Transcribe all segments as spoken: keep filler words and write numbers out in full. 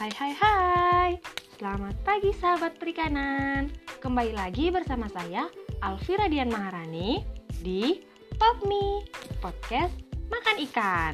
Hai hai hai, selamat pagi sahabat perikanan. Kembali lagi bersama saya Alfira Dian Maharani di PopMe, podcast makan ikan.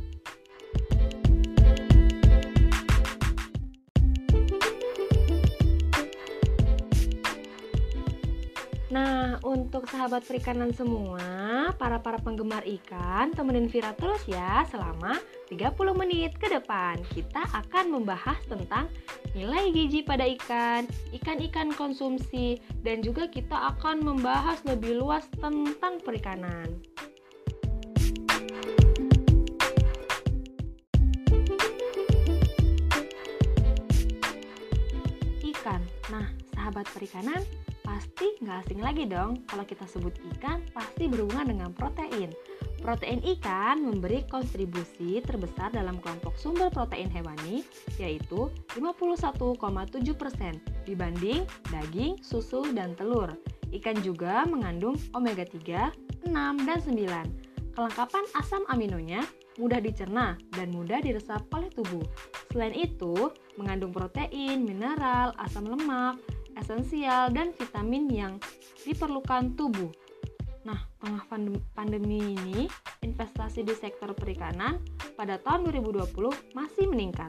Nah, untuk sahabat perikanan semua, para-para penggemar ikan, temenin Vira terus ya selama tiga puluh menit ke depan. Kita akan membahas tentang nilai gizi pada ikan, ikan-ikan konsumsi, dan juga kita akan membahas lebih luas tentang perikanan. Ikan. Nah, sahabat perikanan, pasti nggak asing lagi dong kalau kita sebut ikan pasti berhubungan dengan protein. Protein ikan memberi kontribusi terbesar dalam kelompok sumber protein hewani, yaitu lima puluh satu koma tujuh persen dibanding daging, susu, dan telur. Ikan juga mengandung omega tiga, enam, dan sembilan. Kelengkapan asam aminonya mudah dicerna dan mudah diresap oleh tubuh. Selain itu, mengandung protein, mineral, asam lemak, esensial, dan vitamin yang diperlukan tubuh. Nah, tengah pandemi ini, investasi di sektor perikanan pada tahun dua ribu dua puluh masih meningkat.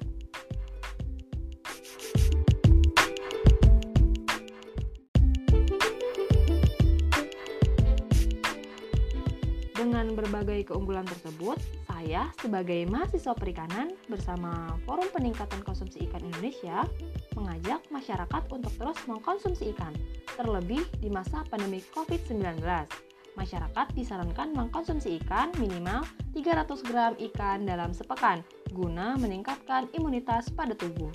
Dengan berbagai keunggulan tersebut, saya sebagai mahasiswa perikanan bersama Forum Peningkatan Konsumsi Ikan Indonesia mengajak masyarakat untuk terus mengkonsumsi ikan, terlebih di masa pandemi covid sembilan belas. Masyarakat disarankan mengkonsumsi ikan minimal tiga ratus gram ikan dalam sepekan, guna meningkatkan imunitas pada tubuh.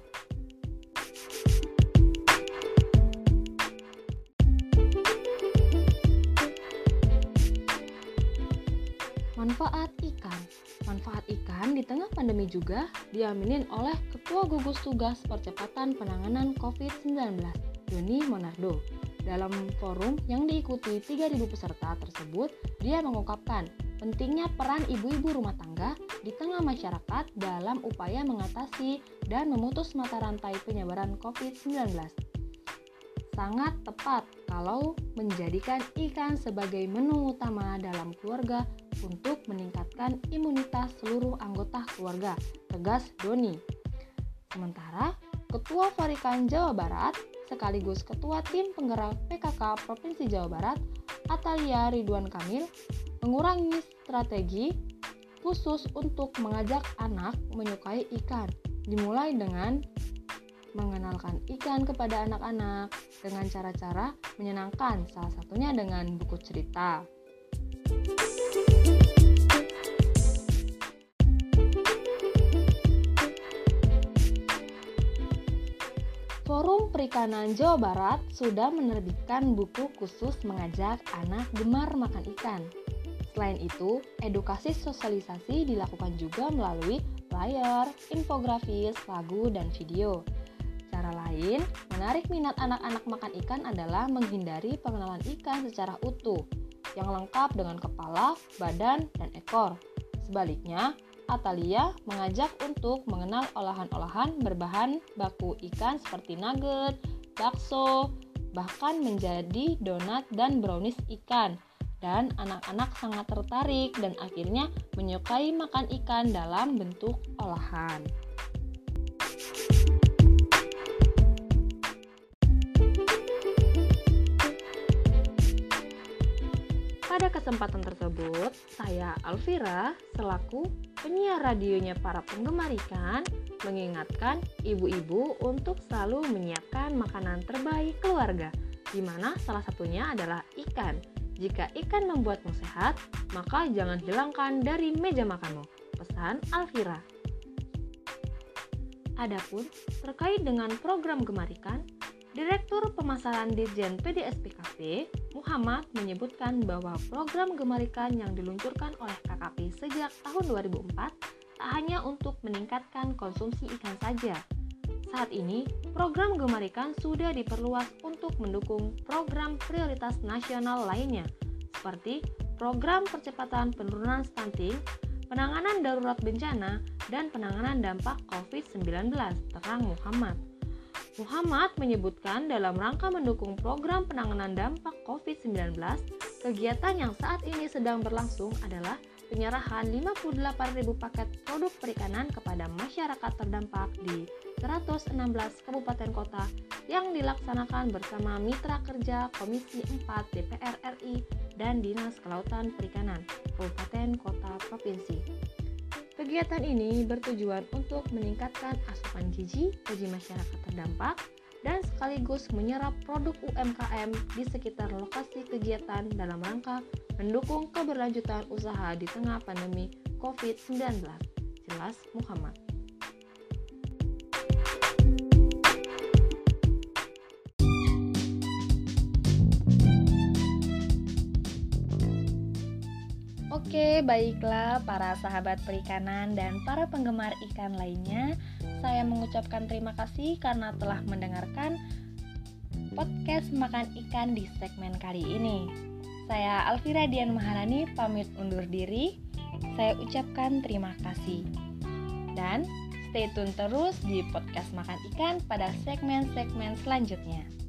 Manfaat ikan. Manfaat ikan di tengah pandemi juga diaminin oleh Ketua Gugus Tugas Percepatan Penanganan covid sembilan belas, Doni Monardo. Dalam forum yang diikuti tiga ribu peserta tersebut, dia mengungkapkan pentingnya peran ibu-ibu rumah tangga di tengah masyarakat dalam upaya mengatasi dan memutus mata rantai penyebaran covid sembilan belas. Sangat tepat kalau menjadikan ikan sebagai menu utama dalam keluarga untuk meningkatkan imunitas seluruh anggota keluarga, tegas Doni. Sementara, Ketua Farikan Jawa Barat sekaligus Ketua Tim Penggerak P K K Provinsi Jawa Barat, Atalia Ridwan Kamil, mengurangi strategi khusus untuk mengajak anak menyukai ikan, dimulai dengan mengenalkan ikan kepada anak-anak dengan cara-cara menyenangkan, salah satunya dengan buku cerita. Forum Perikanan Jawa Barat sudah menerbitkan buku khusus mengajak anak gemar makan ikan. Selain itu, edukasi sosialisasi dilakukan juga melalui flyer, infografis, lagu, dan video. Cara lain, menarik minat anak-anak makan ikan adalah menghindari pengenalan ikan secara utuh, yang lengkap dengan kepala, badan, dan ekor. Sebaliknya, Atalia mengajak untuk mengenal olahan-olahan berbahan baku ikan seperti nugget, bakso, bahkan menjadi donat dan brownies ikan. Dan anak-anak sangat tertarik dan akhirnya menyukai makan ikan dalam bentuk olahan. Pada kesempatan tersebut, saya Alfira selaku penyiar radionya para penggemar ikan mengingatkan ibu-ibu untuk selalu menyiapkan makanan terbaik keluarga, di mana salah satunya adalah ikan. Jika ikan membuatmu sehat, maka jangan hilangkan dari meja makanmu. Pesan Alfira. Adapun terkait dengan program Gemar Ikan, Direktur Pemasaran Dirjen P D S P K P, Muhammad, menyebutkan bahwa program Gemar Ikan yang diluncurkan oleh K K P sejak tahun dua ribu empat tak hanya untuk meningkatkan konsumsi ikan saja. Saat ini, program Gemar Ikan sudah diperluas untuk mendukung program prioritas nasional lainnya, seperti program percepatan penurunan stunting, penanganan darurat bencana, dan penanganan dampak covid sembilan belas, terang Muhammad. Muhammad menyebutkan dalam rangka mendukung program penanganan dampak covid sembilan belas, kegiatan yang saat ini sedang berlangsung adalah penyerahan lima puluh delapan ribu paket produk perikanan kepada masyarakat terdampak di seratus enam belas kabupaten kota yang dilaksanakan bersama mitra kerja Komisi empat D P R R I dan Dinas Kelautan Perikanan Kabupaten Kota Provinsi. Kegiatan ini bertujuan untuk meningkatkan asupan gizi bagi masyarakat terdampak dan sekaligus menyerap produk U M K M di sekitar lokasi kegiatan dalam rangka mendukung keberlanjutan usaha di tengah pandemi covid sembilan belas, jelas Muhammad. Oke, baiklah para sahabat perikanan dan para penggemar ikan lainnya, saya mengucapkan terima kasih karena telah mendengarkan podcast Makan Ikan di segmen kali ini. Saya Alvira Dian Maharani pamit undur diri. Saya ucapkan terima kasih. Dan stay tune terus di podcast Makan Ikan pada segmen-segmen selanjutnya.